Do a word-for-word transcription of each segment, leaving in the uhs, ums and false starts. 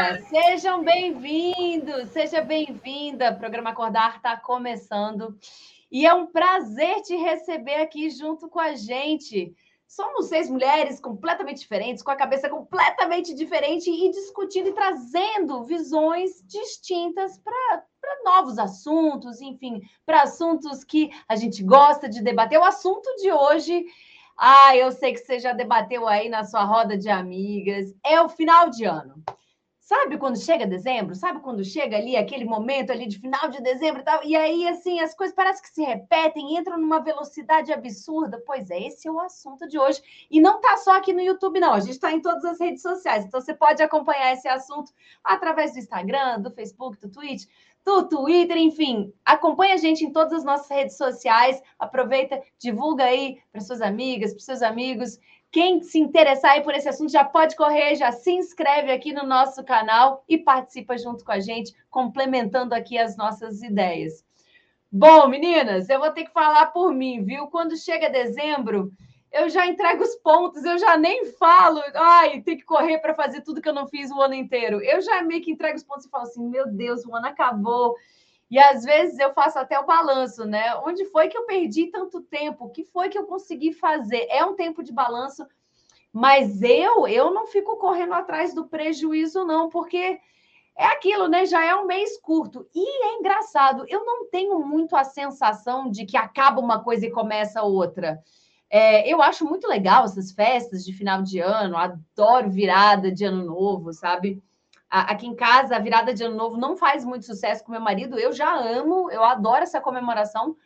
Olá, sejam bem-vindos, seja bem-vinda. O programa Acordar está começando e é um prazer te receber aqui junto com a gente. Somos seis mulheres completamente diferentes, com a cabeça completamente diferente e discutindo e trazendo visões distintas para para novos assuntos, enfim, para assuntos que a gente gosta de debater. O assunto de hoje, ah, eu sei que você já debateu aí na sua roda de amigas, é o final de ano. Sabe quando chega dezembro? Sabe quando chega ali aquele momento ali de final de dezembro e tal? E aí, assim, as coisas parecem que se repetem, entram numa velocidade absurda. Pois é, esse é o assunto de hoje. E não tá só aqui no YouTube, não. A gente está em todas as redes sociais. Então, você pode acompanhar esse assunto através do Instagram, do Facebook, do Twitch, do Twitter, enfim. Acompanha a gente em todas as nossas redes sociais. Aproveita, divulga aí para suas amigas, para seus amigos. Quem se interessar aí por esse assunto já pode correr, já se inscreve aqui no nosso canal e participa junto com a gente, complementando aqui as nossas ideias. Bom, meninas, eu vou ter que falar por mim, viu? Quando chega dezembro, eu já entrego os pontos, eu já nem falo, ai, tem que correr para fazer tudo que eu não fiz o ano inteiro. Eu já meio que entrego os pontos e falo assim, meu Deus, o ano acabou. E às vezes eu faço até o balanço, né? Onde foi que eu perdi tanto tempo? O que foi que eu consegui fazer? É um tempo de balanço, mas eu, eu não fico correndo atrás do prejuízo, não, porque é aquilo, né? Já é um mês curto. E é engraçado, eu não tenho muito a sensação de que acaba uma coisa e começa outra. É, eu acho muito legal essas festas de final de ano, adoro virada de ano novo, sabe? Aqui em casa, a virada de ano novo não faz muito sucesso com meu marido. Eu já amo, eu adoro essa comemoração.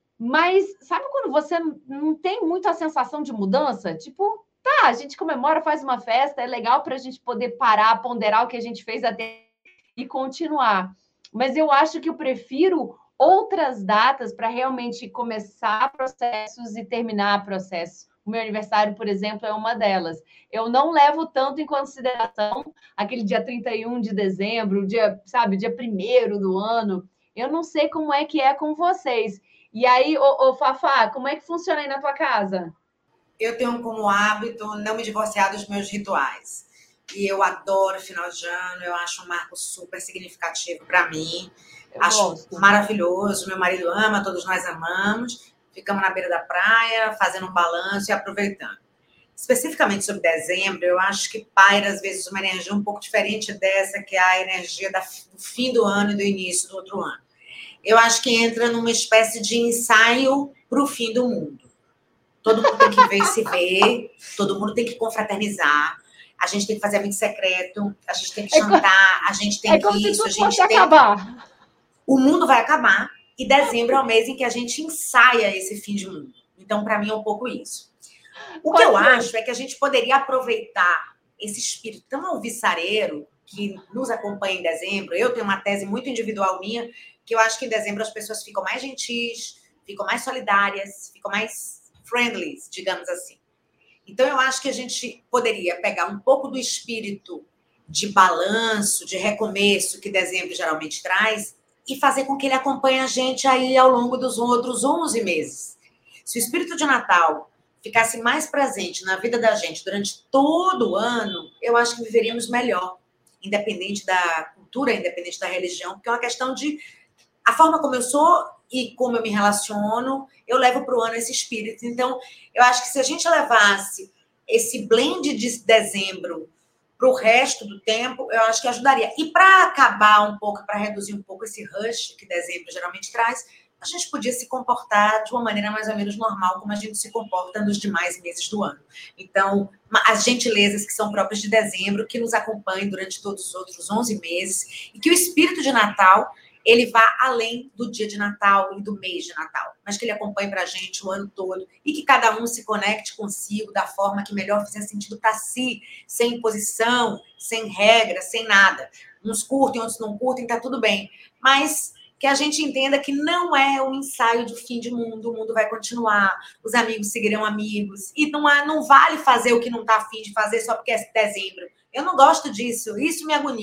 Mas sabe quando você não tem muito a sensação de mudança? Tipo, tá, a gente comemora, faz uma festa, é legal para a gente poder parar, ponderar o que a gente fez até e continuar. Mas eu acho que eu prefiro outras datas para realmente começar processos e terminar processos. O meu aniversário, por exemplo, é uma delas. Eu não levo tanto em consideração aquele dia trinta e um de dezembro, dia, sabe, dia primeiro do ano. Eu não sei como é que é com vocês. E aí, ô, ô Fafá, como é que funciona aí na tua casa? Eu tenho como hábito não me divorciar dos meus rituais. E eu adoro final de ano, eu acho um marco super significativo para mim. Eu acho gosto. maravilhoso, meu marido ama, todos nós amamos. Ficamos na beira da praia, fazendo um balanço e aproveitando. Especificamente sobre dezembro, eu acho que paira, às vezes, uma energia um pouco diferente dessa, que é a energia do fim do ano e do início do outro ano. Eu acho que entra numa espécie de ensaio para o fim do mundo. Todo mundo tem que ver e se ver, todo mundo tem que confraternizar, a gente tem que fazer amigo secreto, a gente tem que jantar, a gente tem é que como isso, se tudo a gente fosse tem... acabar. O mundo vai acabar e dezembro é o mês em que a gente ensaia esse fim de mundo. Então, para mim, é um pouco isso. O Pode que eu ser. acho é que a gente poderia aproveitar esse espírito tão alvissareiro que nos acompanha em dezembro. Eu tenho uma tese muito individual minha, que eu acho que em dezembro as pessoas ficam mais gentis, ficam mais solidárias, ficam mais friendly, digamos assim. Então, eu acho que a gente poderia pegar um pouco do espírito de balanço, de recomeço que dezembro geralmente traz e fazer com que ele acompanhe a gente aí ao longo dos outros onze meses. Se o espírito de Natal ficasse mais presente na vida da gente durante todo o ano, eu acho que viveríamos melhor, independente da cultura, independente da religião, porque é uma questão de a forma como eu sou e como eu me relaciono, eu levo para o ano esse espírito. Então, eu acho que se a gente levasse esse blend de dezembro para o resto do tempo, eu acho que ajudaria. E para acabar um pouco, para reduzir um pouco esse rush que dezembro geralmente traz, a gente podia se comportar de uma maneira mais ou menos normal, como a gente se comporta nos demais meses do ano. Então, as gentilezas que são próprias de dezembro, que nos acompanham durante todos os outros onze meses, e que o espírito de Natal ele vá além do dia de Natal e do mês de Natal, mas que ele acompanhe para a gente o ano todo e que cada um se conecte consigo da forma que melhor fizer sentido para si, sem imposição, sem regra, sem nada. Uns curtem, outros não curtem, tá tudo bem. Mas que a gente entenda que não é um ensaio de fim de mundo, o mundo vai continuar, os amigos seguirão amigos, e não, há, não vale fazer o que não está a fim de fazer só porque é dezembro. Eu não gosto disso, isso me agonia.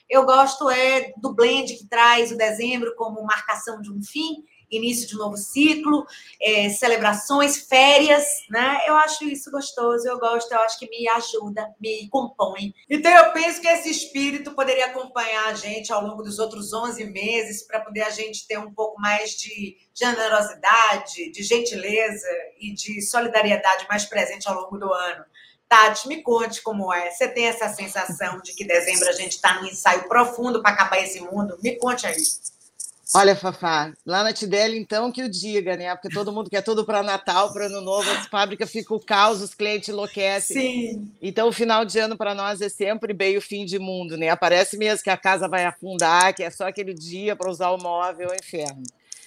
Eu gosto é do blend que traz o dezembro como marcação de um fim, início de um novo ciclo, é, celebrações, férias, né? Eu acho isso gostoso, eu gosto, eu acho que me ajuda, me compõe. Então, eu penso que esse espírito poderia acompanhar a gente ao longo dos outros onze meses, para poder a gente ter um pouco mais de generosidade, de gentileza e de solidariedade mais presente ao longo do ano. Tati, me conte como é. Você tem essa sensação de que em dezembro a gente está num ensaio profundo para acabar esse mundo? Me conte aí. Olha, Fafá, lá na Tideli, então, que o diga, né? Porque todo mundo quer tudo para Natal, para Ano Novo, as fábricas ficam o caos, os clientes enlouquecem. Sim. Então, o final de ano para nós é sempre bem o fim de mundo, né? Aparece mesmo que a casa vai afundar, que é só aquele dia para usar o móvel, é o inferno.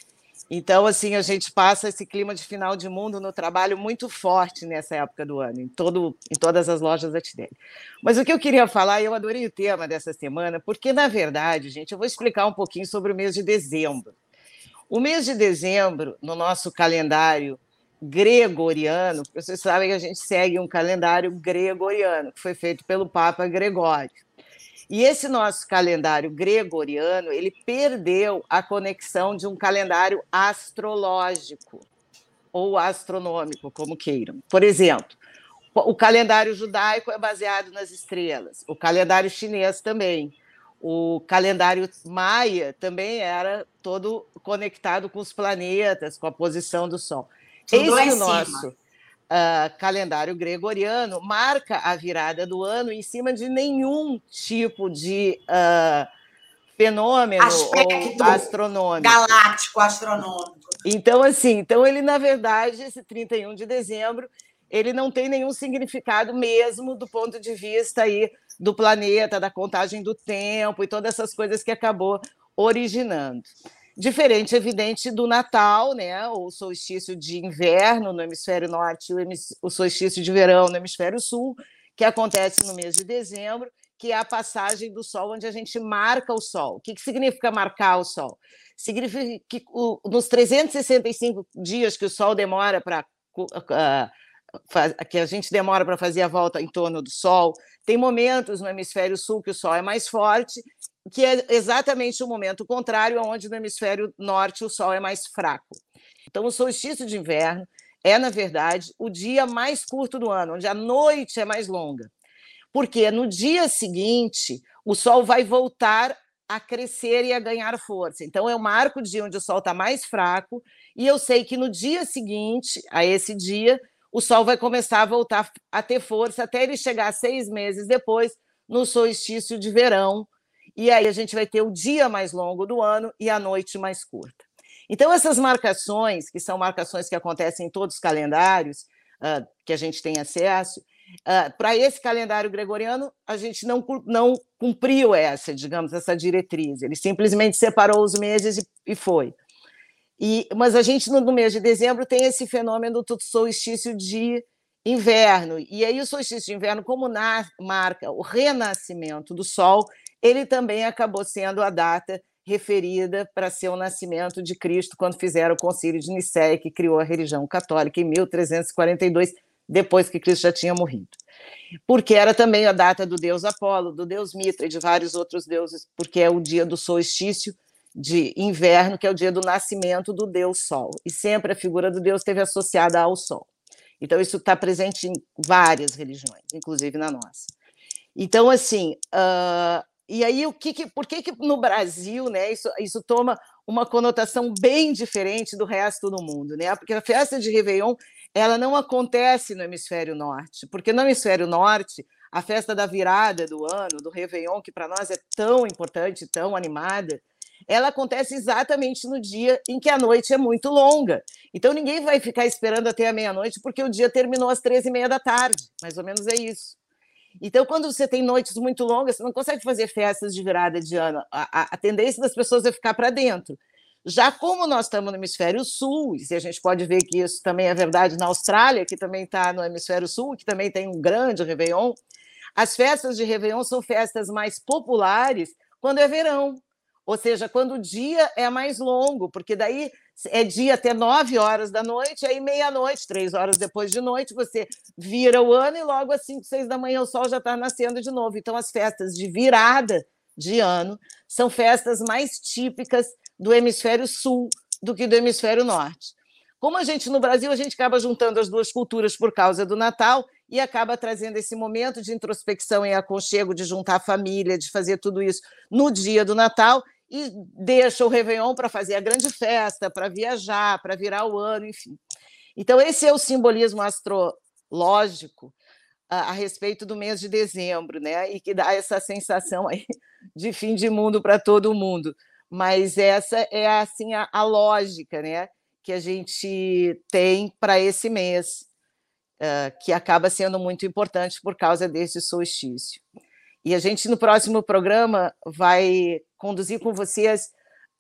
Então, assim, a gente passa esse clima de final de mundo no trabalho muito forte nessa época do ano, em, todo, em todas as lojas da Tideli. Mas o que eu queria falar, eu adorei o tema dessa semana, porque, na verdade, gente, eu vou explicar um pouquinho sobre o mês de dezembro. O mês de dezembro, no nosso calendário gregoriano, porque vocês sabem que a gente segue um calendário gregoriano, que foi feito pelo Papa Gregório. E esse nosso calendário gregoriano, ele perdeu a conexão de um calendário astrológico ou astronômico, como queiram. Por exemplo, o calendário judaico é baseado nas estrelas, o calendário chinês também, o calendário maia também era todo conectado com os planetas, com a posição do Sol. Tudo Esse é o nosso Uh, calendário gregoriano marca a virada do ano em cima de nenhum tipo de uh, fenômeno aspecto ou astronômico. Galáctico, astronômico. Então, assim, então ele, na verdade, esse trinta e um de dezembro, ele não tem nenhum significado mesmo do ponto de vista aí do planeta, da contagem do tempo e todas essas coisas que acabou originando. Diferente, evidente, do Natal, né? O solstício de inverno no hemisfério norte e o solstício de verão no hemisfério sul, que acontece no mês de dezembro, que é a passagem do Sol, onde a gente marca o Sol. O que, que significa marcar o Sol? Significa que o, nos trezentos e sessenta e cinco dias que o Sol demora para... Uh, que a gente demora para fazer a volta em torno do Sol, tem momentos no hemisfério sul que o Sol é mais forte, que é exatamente o momento contrário, onde no hemisfério norte o Sol é mais fraco. Então, o solstício de inverno é, na verdade, o dia mais curto do ano, onde a noite é mais longa. Porque no dia seguinte, o Sol vai voltar a crescer e a ganhar força. Então, eu marco o dia onde o Sol está mais fraco, e eu sei que no dia seguinte, a esse dia, o Sol vai começar a voltar a ter força até ele chegar seis meses depois, no solstício de verão, e aí a gente vai ter o dia mais longo do ano e a noite mais curta. Então, essas marcações, que são marcações que acontecem em todos os calendários uh, que a gente tem acesso, uh, para esse calendário gregoriano, a gente não, não cumpriu essa, digamos, essa diretriz. Ele simplesmente separou os meses e, e foi. E, mas a gente, no, no mês de dezembro, tem esse fenômeno do solstício de inverno. E aí o solstício de inverno, como na, marca o renascimento do Sol, ele também acabou sendo a data referida para ser o nascimento de Cristo, quando fizeram o Concílio de Nicéia, que criou a religião católica em mil trezentos e quarenta e dois, depois que Cristo já tinha morrido. Porque era também a data do deus Apolo, do deus Mitra e de vários outros deuses, porque é o dia do solstício de inverno, que é o dia do nascimento do deus Sol. E sempre a figura do deus esteve associada ao Sol. Então, isso está presente em várias religiões, inclusive na nossa. Então, assim, uh, e aí, o que que, por que, que no Brasil, né, isso, isso toma uma conotação bem diferente do resto do mundo, né? Porque a festa de Réveillon, ela não acontece no hemisfério norte, porque no hemisfério norte, a festa da virada do ano, do Réveillon, que para nós é tão importante, tão animada, ela acontece exatamente no dia em que a noite é muito longa. Então, ninguém vai ficar esperando até a meia-noite, porque o dia terminou às treze e meia da tarde, mais ou menos é isso. Então, quando você tem noites muito longas, você não consegue fazer festas de virada de ano. A, a, a tendência das pessoas é ficar para dentro. Já como nós estamos no hemisfério sul, e a gente pode ver que isso também é verdade na Austrália, que também está no hemisfério sul, que também tem um grande Réveillon, as festas de Réveillon são festas mais populares quando é verão. Ou seja, quando o dia é mais longo, porque daí é dia até nove horas da noite, aí meia-noite, três horas depois de noite, você vira o ano e logo às cinco, seis da manhã o sol já está nascendo de novo. Então, as festas de virada de ano, são festas mais típicas do hemisfério sul do que do hemisfério norte. Como a gente, no Brasil, a gente acaba juntando as duas culturas por causa do Natal e acaba trazendo esse momento de introspecção e aconchego, de juntar a família, de fazer tudo isso no dia do Natal, e deixa o Réveillon para fazer a grande festa, para viajar, para virar o ano, enfim. Então, esse é o simbolismo astrológico a, a respeito do mês de dezembro, né? E que dá essa sensação aí de fim de mundo para todo mundo. Mas essa é assim a, a lógica, né, que a gente tem para esse mês, uh, que acaba sendo muito importante por causa desse solstício. E a gente, no próximo programa, vai conduzir com vocês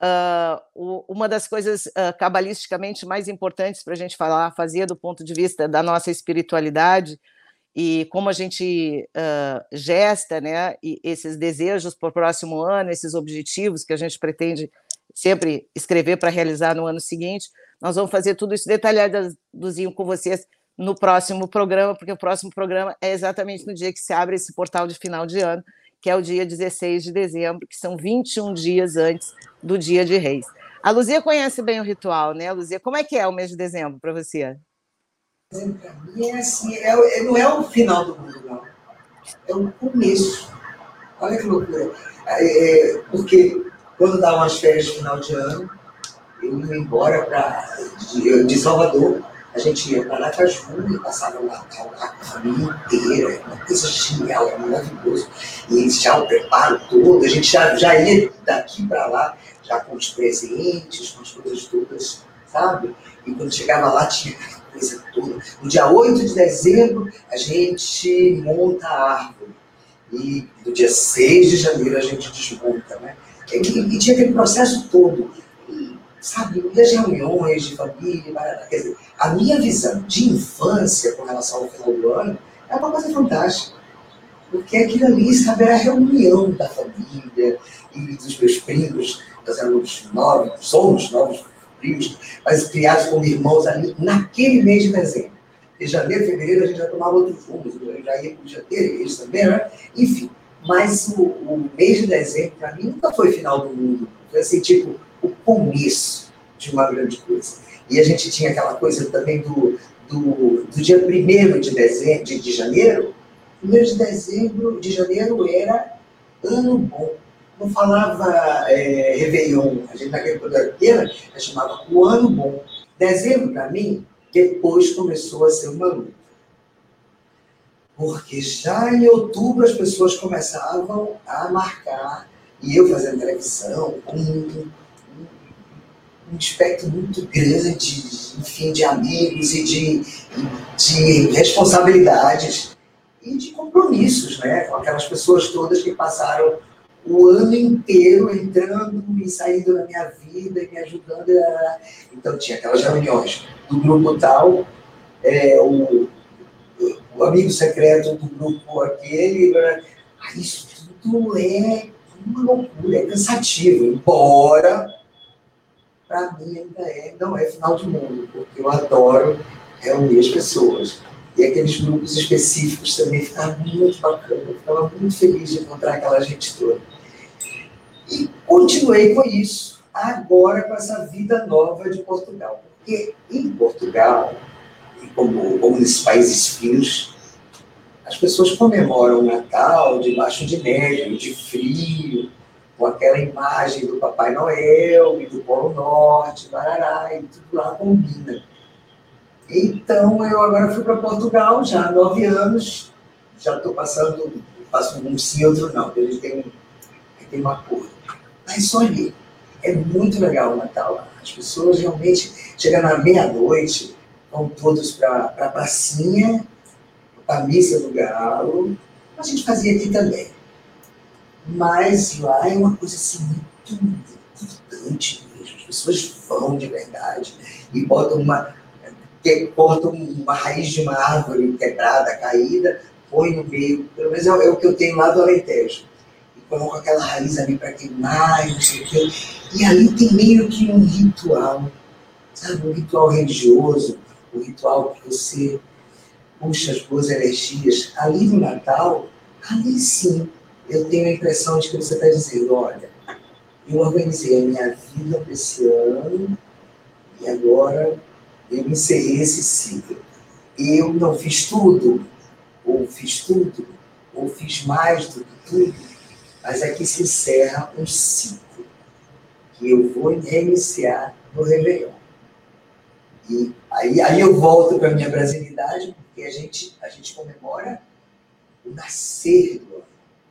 uh, o, uma das coisas uh, cabalisticamente mais importantes para a gente falar, fazer do ponto de vista da nossa espiritualidade, e como a gente uh, gesta, né, e esses desejos para o próximo ano, esses objetivos que a gente pretende sempre escrever para realizar no ano seguinte. Nós vamos fazer tudo isso detalhadozinho com vocês no próximo programa, porque o próximo programa é exatamente no dia que se abre esse portal de final de ano, que é o dia dezesseis de dezembro, que são vinte e um dias antes do Dia de Reis. A Luzia conhece bem o ritual, né, Luzia? Como é que é o mês de dezembro para você? Para mim é assim, é, não é o final do mundo, não. É o começo. Olha que loucura. É, porque quando dá umas férias de final de ano, eu ia embora pra, de, de Salvador, a gente ia para Aracaju e passava o Natal lá com a família inteira, é uma coisa genial, é maravilhoso. E já o preparo todo, a gente já, já ia daqui para lá, já com os presentes, com as coisas todas, sabe? E quando chegava lá, tinha coisa toda. No dia oito de dezembro, a gente monta a árvore. E no dia seis de janeiro, a gente desmonta, né? E, e tinha aquele processo todo. E, sabe, e as reuniões de família, quer dizer, a minha visão de infância com relação ao final do ano é uma coisa fantástica. Porque aquilo ali, sabe, era a reunião da família e dos meus primos. Nós éramos nove, somos nove primos, mas criados como irmãos ali naquele mês de dezembro. Em janeiro, fevereiro, a gente já tomava outros rumos, eu já ia para o janeiro, eles também, né? Enfim, mas o, o mês de dezembro, para mim, nunca foi final do mundo. Foi assim, tipo, o começo de uma grande coisa. E a gente tinha aquela coisa também do, do, do dia primeiro de, dezembro, de, de janeiro. Primeiro de dezembro, de janeiro, era ano bom. Não falava é, Réveillon, a gente naquele programa pequena, a gente chamava o ano bom. Dezembro, para mim, depois começou a ser uma luta. Porque já em outubro as pessoas começavam a marcar, e eu fazendo televisão, com um, um espectro muito grande, enfim, de amigos e de, de responsabilidades e de compromissos, né, com aquelas pessoas todas que passaram o ano inteiro entrando e saindo da minha vida e me ajudando. Então tinha aquelas reuniões do grupo tal, é, o, o amigo secreto do grupo aquele. Isso tudo é uma loucura, é cansativo, embora para mim ainda é, não é final do mundo, porque eu adoro reunir as pessoas. E aqueles grupos específicos também ficavam muito bacana, eu ficava muito feliz de encontrar aquela gente toda. E continuei com isso, agora com essa vida nova de Portugal. Porque em Portugal, como, como nesses países frios, as pessoas comemoram o Natal debaixo de neve, de frio, com aquela imagem do Papai Noel e do Polo Norte, barará, e tudo lá combina. Então, eu agora fui para Portugal, já há nove anos, já estou passando, passo um sim, outro não, porque a gente tem, tem uma cor. Mas olha, é muito legal o Natal. As pessoas realmente chegam na meia-noite, vão todos para a pracinha, para a missa do Galo. A gente fazia aqui também. Mas lá é uma coisa assim, muito importante mesmo. As pessoas vão de verdade e botam uma, que, cortam uma raiz de uma árvore quebrada, caída, põe no meio. Pelo menos é, é o que eu tenho lá do Alentejo. Coloco aquela raiz ali para queimar, e não sei o quê. E ali tem meio que um ritual, sabe? Um ritual religioso, um ritual que você puxa as boas energias. Ali no Natal, ali sim, eu tenho a impressão de que você está dizendo, olha, eu organizei a minha vida para esse ano e agora eu encerrei esse ciclo. Eu não fiz tudo, ou fiz tudo, ou fiz mais do que tudo, mas aqui se encerra um ciclo que eu vou reiniciar no Réveillon. E aí, aí eu volto para a minha brasilidade, porque a gente, a gente comemora o nascer do ano.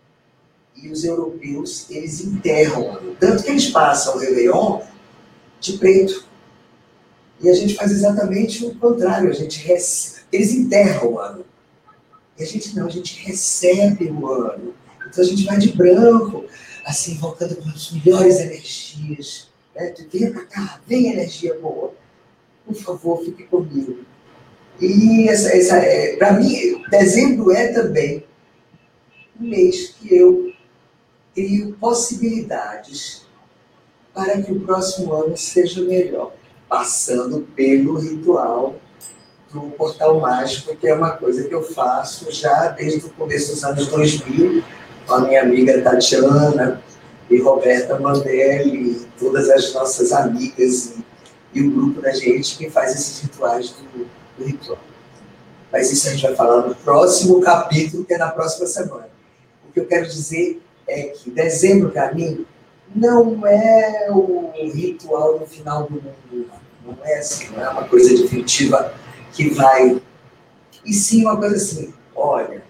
E os europeus, eles enterram o ano. Tanto que eles passam o Réveillon de preto. E a gente faz exatamente o contrário. A gente rece... Eles enterram o ano. E a gente não, a gente recebe o ano. Então a gente vai de branco, assim, voltando com as melhores energias. Né? Vem pra cá, vem energia boa. Por favor, fique comigo. E essa, essa é, para mim, dezembro é também um mês que eu crio possibilidades para que o próximo ano seja melhor, passando pelo ritual do Portal Mágico, que é uma coisa que eu faço já desde o começo dos anos dois mil, com a minha amiga Tatiana e Roberta Mandelli, todas as nossas amigas e, e o grupo da gente que faz esses rituais do, do ritual. Mas isso a gente vai falar no próximo capítulo, que é na próxima semana. O que eu quero dizer é que dezembro, para mim, não é o ritual no final do mundo. Não é assim, não é uma coisa definitiva que vai... E sim uma coisa assim, olha,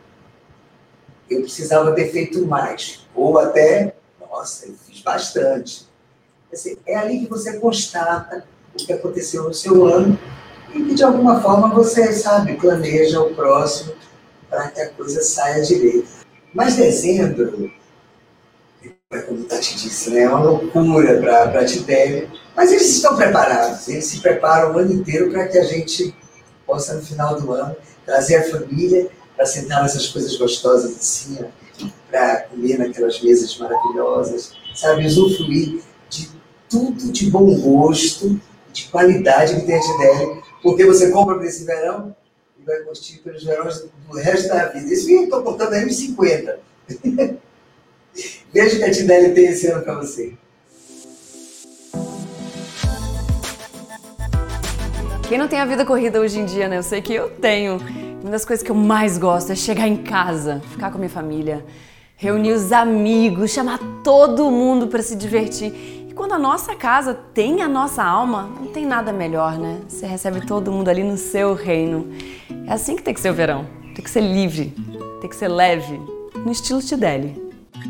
eu precisava ter feito mais. Ou até, nossa, eu fiz bastante. Assim, é ali que você constata o que aconteceu no seu ano e que, de alguma forma, você, sabe, planeja o próximo para que a coisa saia direito. Mas dezembro, como a Tati disse, né, é uma loucura para a Tibério, mas eles estão preparados, eles se preparam o ano inteiro para que a gente possa, no final do ano, trazer a família para sentar nessas coisas gostosas assim, para comer naquelas mesas maravilhosas, sabe, usufruir de tudo de bom gosto, de qualidade que tem a Tibério, porque você compra para esse verão e vai curtir pelos verões do resto da vida. Isso eu estou contando aí uns cinquenta. Veja o que a Tinelli tem esse ano para você. Quem não tem a vida corrida hoje em dia, né? Eu sei que eu tenho. Uma das coisas que eu mais gosto é chegar em casa, ficar com a minha família, reunir os amigos, chamar todo mundo para se divertir. E quando a nossa casa tem a nossa alma, não tem nada melhor, né? Você recebe todo mundo ali no seu reino. É assim que tem que ser o verão. Tem que ser livre, tem que ser leve, no estilo Tideli.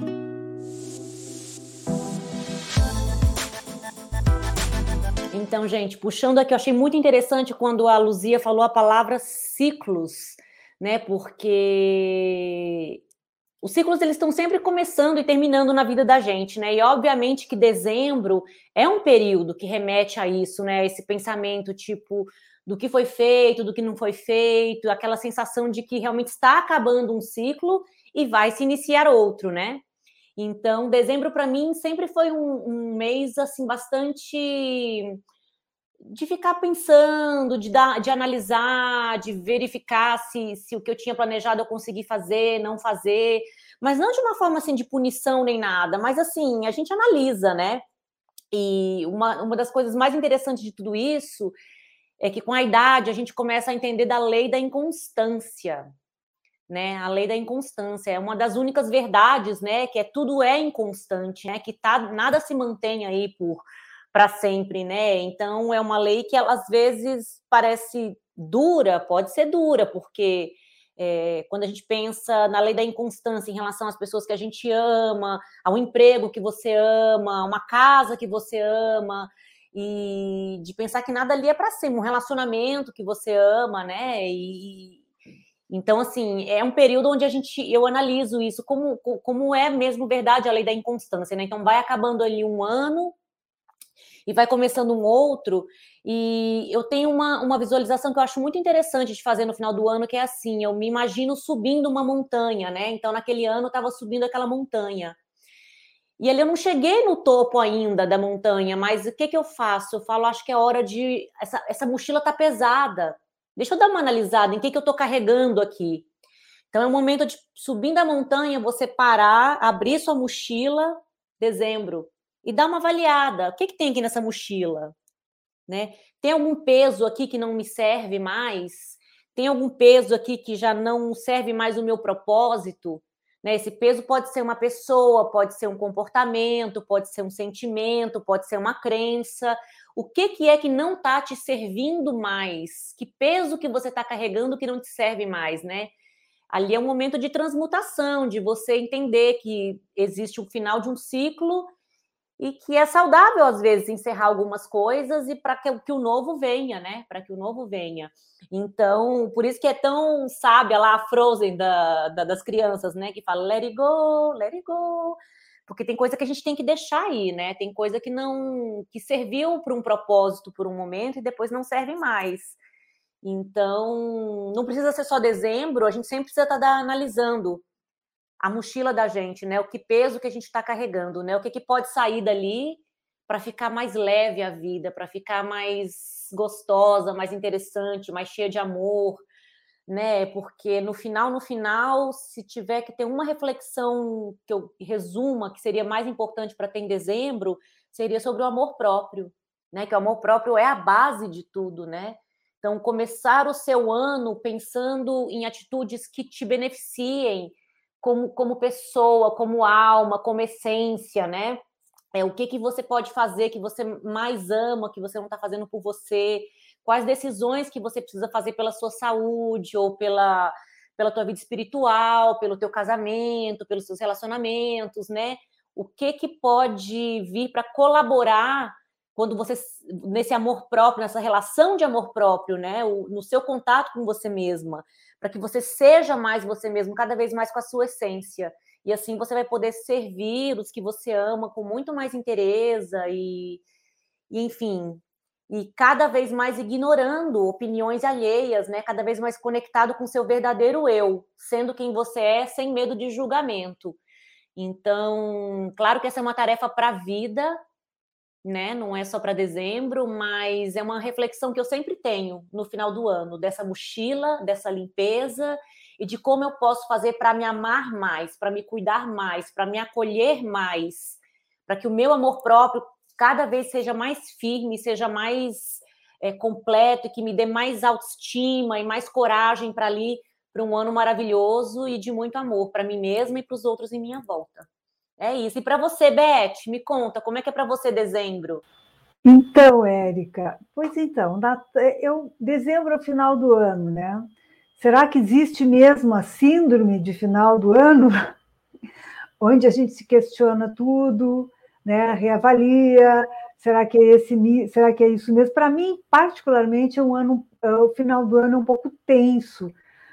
Então, gente, puxando aqui, eu achei muito interessante quando a Luzia falou a palavra ciclos, né? Porque os ciclos, eles estão sempre começando e terminando na vida da gente, né? E obviamente que dezembro é um período que remete a isso, né? Esse pensamento, tipo, do que foi feito, do que não foi feito, aquela sensação de que realmente está acabando um ciclo e vai se iniciar outro, né? Então, dezembro, para mim, sempre foi um, um mês, assim, bastante... de ficar pensando, de, dar, de analisar, de verificar se, se o que eu tinha planejado eu consegui fazer, não fazer, mas não de uma forma assim de punição nem nada, mas assim, a gente analisa, né? E uma, uma das coisas mais interessantes de tudo isso é que com a idade a gente começa a entender da lei da inconstância, né? A lei da inconstância é uma das únicas verdades, né? Que é tudo é inconstante, né? Que tá, nada se mantém aí por para sempre, né? Então é uma lei que ela, às vezes parece dura, pode ser dura, porque é, quando a gente pensa na lei da inconstância em relação às pessoas que a gente ama, ao emprego que você ama, uma casa que você ama, e de pensar que nada ali é para sempre, um relacionamento que você ama, né? E então, assim, é um período onde a gente, eu analiso isso, como, como é mesmo verdade a lei da inconstância, né? Então vai acabando ali um ano e vai começando um outro, e eu tenho uma, uma visualização que eu acho muito interessante de fazer no final do ano, que é assim, eu me imagino subindo uma montanha, né? Então, naquele ano, eu estava subindo aquela montanha. E ali eu não cheguei no topo ainda da montanha, mas o que que eu faço? Eu falo, acho que é hora de... Essa, essa mochila tá pesada. Deixa eu dar uma analisada em que que eu tô carregando aqui. Então, é um momento de, subindo a montanha, você parar, abrir sua mochila, dezembro, e dar uma avaliada. O que, que tem aqui nessa mochila? Né? Tem algum peso aqui que não me serve mais? Tem algum peso aqui que já não serve mais o meu propósito? Né? Esse peso pode ser uma pessoa, pode ser um comportamento, pode ser um sentimento, pode ser uma crença. O que, que é que não está te servindo mais? Que peso que você está carregando que não te serve mais, né? Ali é um momento de transmutação, de você entender que existe o final de um ciclo e que é saudável, às vezes, encerrar algumas coisas e para que, que o novo venha, né? Para que o novo venha. Então, por isso que é tão sábia lá a Frozen da, da, das crianças, né? Que fala, let it go, let it go. Porque tem coisa que a gente tem que deixar aí, né? Tem coisa que não que serviu para um propósito por um momento e depois não serve mais. Então, não precisa ser só dezembro, a gente sempre precisa estar analisando a mochila da gente, né? O que peso que a gente está carregando, né? O que, que pode sair dali para ficar mais leve a vida, para ficar mais gostosa, mais interessante, mais cheia de amor, né? Porque no final, no final, se tiver que ter uma reflexão que eu resuma, que seria mais importante para ter em dezembro, seria sobre o amor próprio, né? Que o amor próprio é a base de tudo, né? Então, começar o seu ano pensando em atitudes que te beneficiem, Como, como pessoa, como alma, como essência, né? É, o que, que você pode fazer que você mais ama, que você não está fazendo por você? Quais decisões que você precisa fazer pela sua saúde ou pela, pela tua vida espiritual, pelo teu casamento, pelos seus relacionamentos, né? O que, que pode vir para colaborar quando você, nesse amor próprio, nessa relação de amor próprio, né? O, no seu contato com você mesma, para que você seja mais você mesmo, cada vez mais com a sua essência. E assim você vai poder servir os que você ama com muito mais interesse e, e enfim, e cada vez mais ignorando opiniões alheias, né? Cada vez mais conectado com o seu verdadeiro eu, sendo quem você é, sem medo de julgamento. Então, claro que essa é uma tarefa para a vida, né? Não é só para dezembro, mas é uma reflexão que eu sempre tenho no final do ano, dessa mochila, dessa limpeza e de como eu posso fazer para me amar mais, para me cuidar mais, para me acolher mais, para que o meu amor próprio cada vez seja mais firme, seja mais é, completo e que me dê mais autoestima e mais coragem para ali, para um ano maravilhoso e de muito amor para mim mesma e para os outros em minha volta. É isso. E para você, Beth, me conta, como é que é para você dezembro? Então, Érica, pois então, eu, dezembro é o final do ano, né? Será que existe mesmo a síndrome de final do ano? Onde a gente se questiona tudo, né? Reavalia, será que é, esse, será que é isso mesmo? Para mim, particularmente, é um ano, o final do ano é um pouco tenso,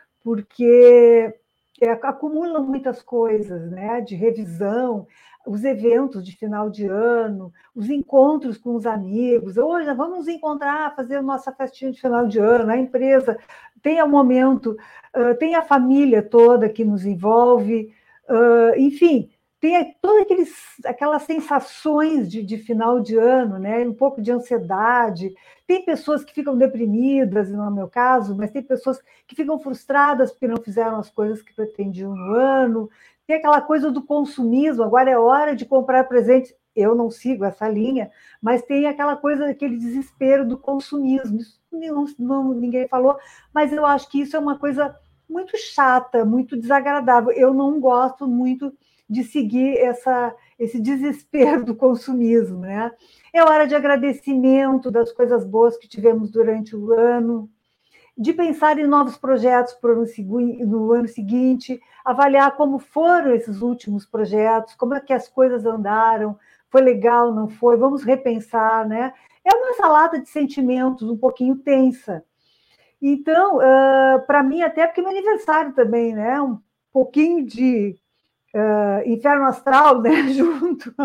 porque É, acumulam muitas coisas, né? De revisão, os eventos de final de ano, os encontros com os amigos. Hoje vamos nos encontrar, fazer a nossa festinha de final de ano, a empresa tem o momento, tem a família toda que nos envolve, enfim, tem todas aqueles, aquelas sensações de, de final de ano, né? Um pouco de ansiedade. Tem pessoas que ficam deprimidas, não é o meu caso, mas tem pessoas que ficam frustradas porque não fizeram as coisas que pretendiam no ano. Tem aquela coisa do consumismo, agora é hora de comprar presente. Eu não sigo essa linha, mas tem aquela coisa, aquele desespero do consumismo. Isso não, não, ninguém falou, mas eu acho que isso é uma coisa muito chata, muito desagradável. Eu não gosto muito de seguir essa, esse desespero do consumismo, né? É hora de agradecimento das coisas boas que tivemos durante o ano, de pensar em novos projetos para o ano, no ano seguinte, avaliar como foram esses últimos projetos, como é que as coisas andaram, foi legal, não foi, vamos repensar, né? É uma salada de sentimentos um pouquinho tensa. Então, uh, para mim, até porque é meu aniversário também, né? Um pouquinho de Uh, inferno astral, né, junto.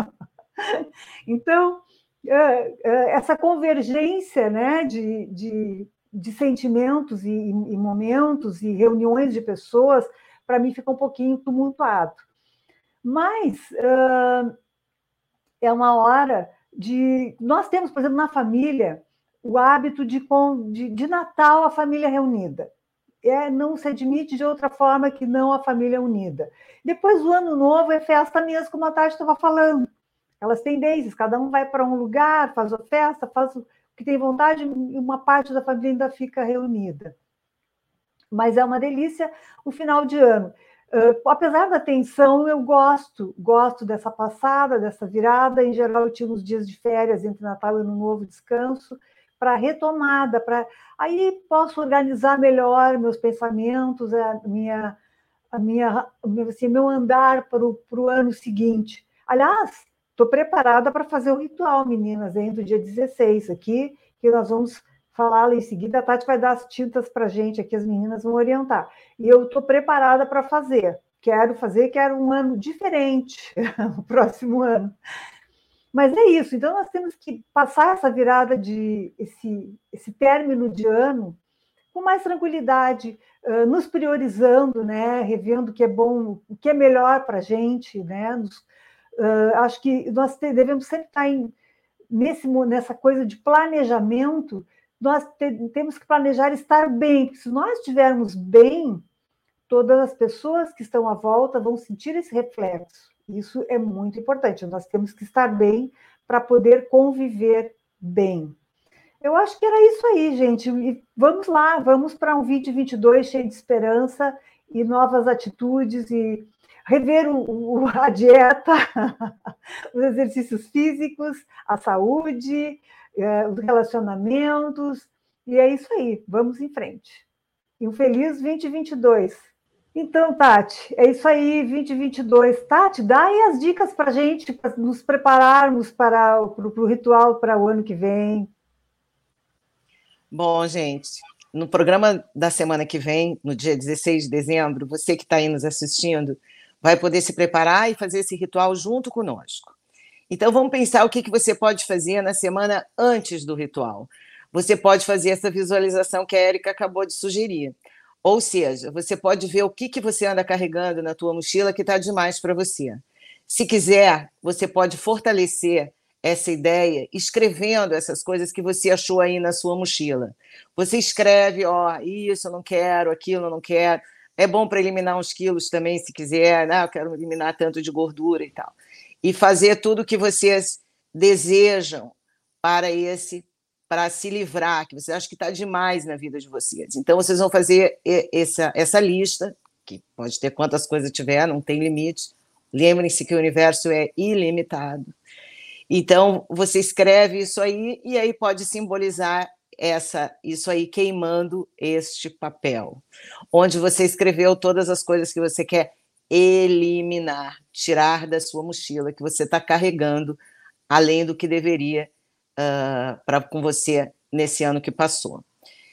Então, uh, uh, essa convergência, né, de, de, de sentimentos e, e momentos e reuniões de pessoas, para mim fica um pouquinho tumultuado. Mas uh, é uma hora de... Nós temos, por exemplo, na família, o hábito de, de, de Natal, a família reunida. é, não se admite de outra forma que não a família unida. Depois, o ano novo é festa mesmo, como a Tati estava falando. Elas têm tendências, cada um vai para um lugar, faz a festa, faz o que tem vontade, e uma parte da família ainda fica reunida. Mas é uma delícia o final de ano. Uh, apesar da tensão, eu gosto, gosto dessa passada, dessa virada. Em geral, eu tiro uns dias de férias entre Natal e Ano Novo, descanso, para retomada, para aí posso organizar melhor meus pensamentos, a minha, a minha, assim, meu andar para o, para o ano seguinte. Aliás, estou preparada para fazer o ritual, meninas, entre o dia dezesseis aqui, que nós vamos falar em seguida. A Tati vai dar as tintas para a gente aqui, as meninas vão orientar. E eu estou preparada para fazer. Quero fazer, quero um ano diferente, o próximo ano. Mas é isso, então nós temos que passar essa virada, de esse, esse término de ano com mais tranquilidade, uh, nos priorizando, né, revendo o que é bom, o que é melhor para a gente, né, nos, uh, acho que nós devemos sempre estar em, nesse, nessa coisa de planejamento. Nós te, temos que planejar estar bem, porque se nós estivermos bem, todas as pessoas que estão à volta vão sentir esse reflexo. Isso é muito importante, nós temos que estar bem para poder conviver bem. Eu acho que era isso aí, gente. E vamos lá, vamos para um vinte e vinte e dois cheio de esperança e novas atitudes, e rever o, o, a dieta, os exercícios físicos, a saúde, eh, os relacionamentos, e é isso aí, vamos em frente. E um feliz vinte e vinte e dois. Então, Tati, é isso aí, vinte e vinte e dois. Tati, dá aí as dicas para a gente, para nos prepararmos para o, para o ritual para o ano que vem. Bom, gente, no programa da semana que vem, no dia dezesseis de dezembro, você que está aí nos assistindo vai poder se preparar e fazer esse ritual junto conosco. Então, vamos pensar o que, que você pode fazer na semana antes do ritual. Você pode fazer essa visualização que a Érica acabou de sugerir. Ou seja, você pode ver o que, que você anda carregando na tua mochila que está demais para você. Se quiser, você pode fortalecer essa ideia escrevendo essas coisas que você achou aí na sua mochila. Você escreve, ó, isso eu não quero, aquilo eu não quero. É bom para eliminar uns quilos também, se quiser, né? Eu quero eliminar tanto de gordura e tal. E fazer tudo o que vocês desejam para esse para se livrar, que você acha que está demais na vida de vocês. Então, vocês vão fazer essa, essa lista, que pode ter quantas coisas tiver, não tem limite. Lembrem-se que o universo é ilimitado. Então, você escreve isso aí, e aí pode simbolizar essa, isso aí queimando este papel, onde você escreveu todas as coisas que você quer eliminar, tirar da sua mochila, que você está carregando, além do que deveria Uh, para com você nesse ano que passou.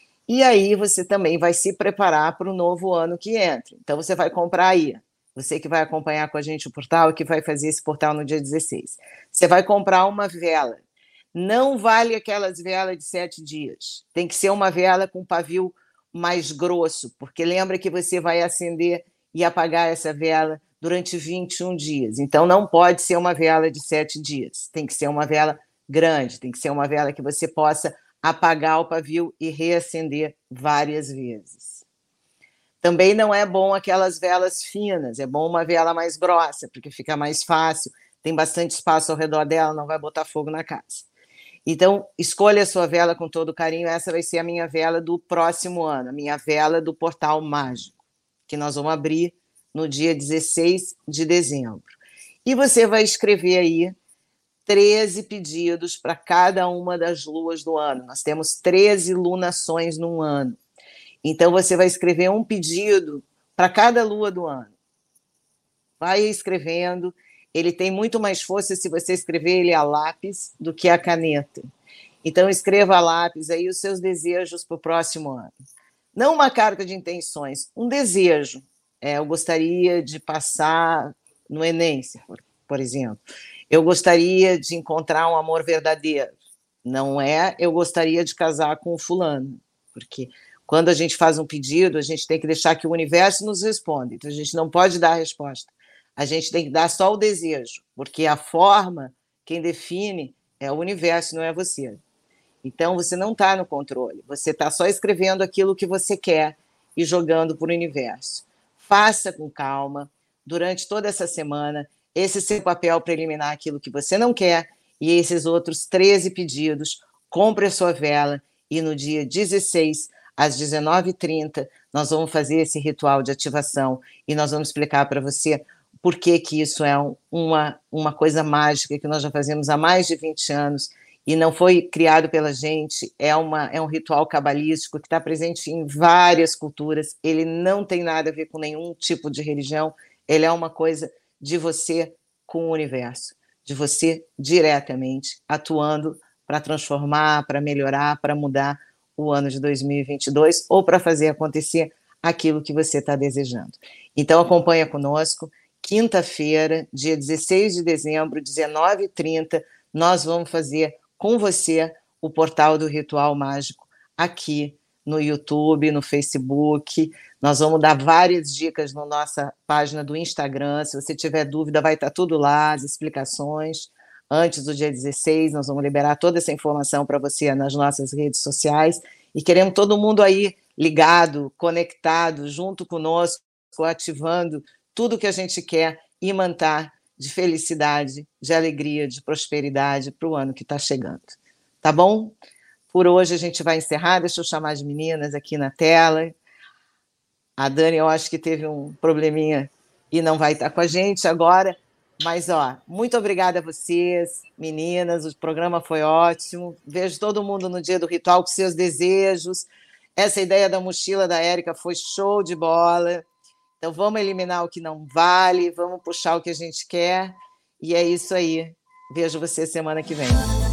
E aí você também vai se preparar para o novo ano que entra. Então você vai comprar aí, você que vai acompanhar com a gente o portal e que vai fazer esse portal no dia dezesseis. Você vai comprar uma vela. Não vale aquelas velas de sete dias. Tem que ser uma vela com pavio mais grosso, porque lembra que você vai acender e apagar essa vela durante vinte e um dias. Então não pode ser uma vela de sete dias. Tem que ser uma vela grande, tem que ser uma vela que você possa apagar o pavio e reacender várias vezes. Também não é bom aquelas velas finas, é bom uma vela mais grossa, porque fica mais fácil, tem bastante espaço ao redor dela, não vai botar fogo na casa. Então, escolha a sua vela com todo carinho, essa vai ser a minha vela do próximo ano, a minha vela do Portal Mágico, que nós vamos abrir no dia dezesseis de dezembro. E você vai escrever aí treze pedidos para cada uma das luas do ano. Nós temos treze lunações num ano. Então, você vai escrever um pedido para cada lua do ano. Vai escrevendo. Ele tem muito mais força se você escrever ele a lápis do que a caneta. Então, escreva a lápis aí os seus desejos para o próximo ano. Não uma carta de intenções, um desejo. É, eu gostaria de passar no Enem, por, por exemplo. Eu gostaria de encontrar um amor verdadeiro. Não é eu gostaria de casar com o fulano, porque quando a gente faz um pedido, a gente tem que deixar que o universo nos responda. Então, a gente não pode dar a resposta. A gente tem que dar só o desejo, porque a forma, quem define é o universo, não é você. Então, você não está no controle. Você está só escrevendo aquilo que você quer e jogando para o universo. Faça com calma, durante toda essa semana, esse seu papel para eliminar aquilo que você não quer e esses outros treze pedidos. Compre a sua vela e no dia dezesseis, às dezenove e trinta, nós vamos fazer esse ritual de ativação e nós vamos explicar para você por que que isso é um, uma, uma coisa mágica que nós já fazemos há mais de vinte anos e não foi criado pela gente, é, uma, é um ritual cabalístico que está presente em várias culturas, ele não tem nada a ver com nenhum tipo de religião, ele é uma coisa de você com o universo, de você diretamente atuando para transformar, para melhorar, para mudar o ano de dois mil e vinte e dois ou para fazer acontecer aquilo que você está desejando. Então, acompanha conosco, quinta-feira, dia dezesseis de dezembro, dezenove e trinta, nós vamos fazer com você o portal do Ritual Mágico aqui no YouTube, no Facebook. Nós vamos dar várias dicas na nossa página do Instagram. Se você tiver dúvida, vai estar tudo lá, as explicações. Antes do dia dezesseis, nós vamos liberar toda essa informação para você nas nossas redes sociais. E queremos todo mundo aí ligado, conectado, junto conosco, ativando tudo que a gente quer imantar de felicidade, de alegria, de prosperidade para o ano que está chegando. Tá bom? Por hoje a gente vai encerrar. Deixa eu chamar as meninas aqui na tela. A Dani, eu acho que teve um probleminha e não vai estar com a gente agora. Mas, ó, muito obrigada a vocês, meninas. O programa foi ótimo. Vejo todo mundo no dia do ritual com seus desejos. Essa ideia da mochila da Érica foi show de bola. Então, vamos eliminar o que não vale, vamos puxar o que a gente quer. E é isso aí. Vejo você semana que vem.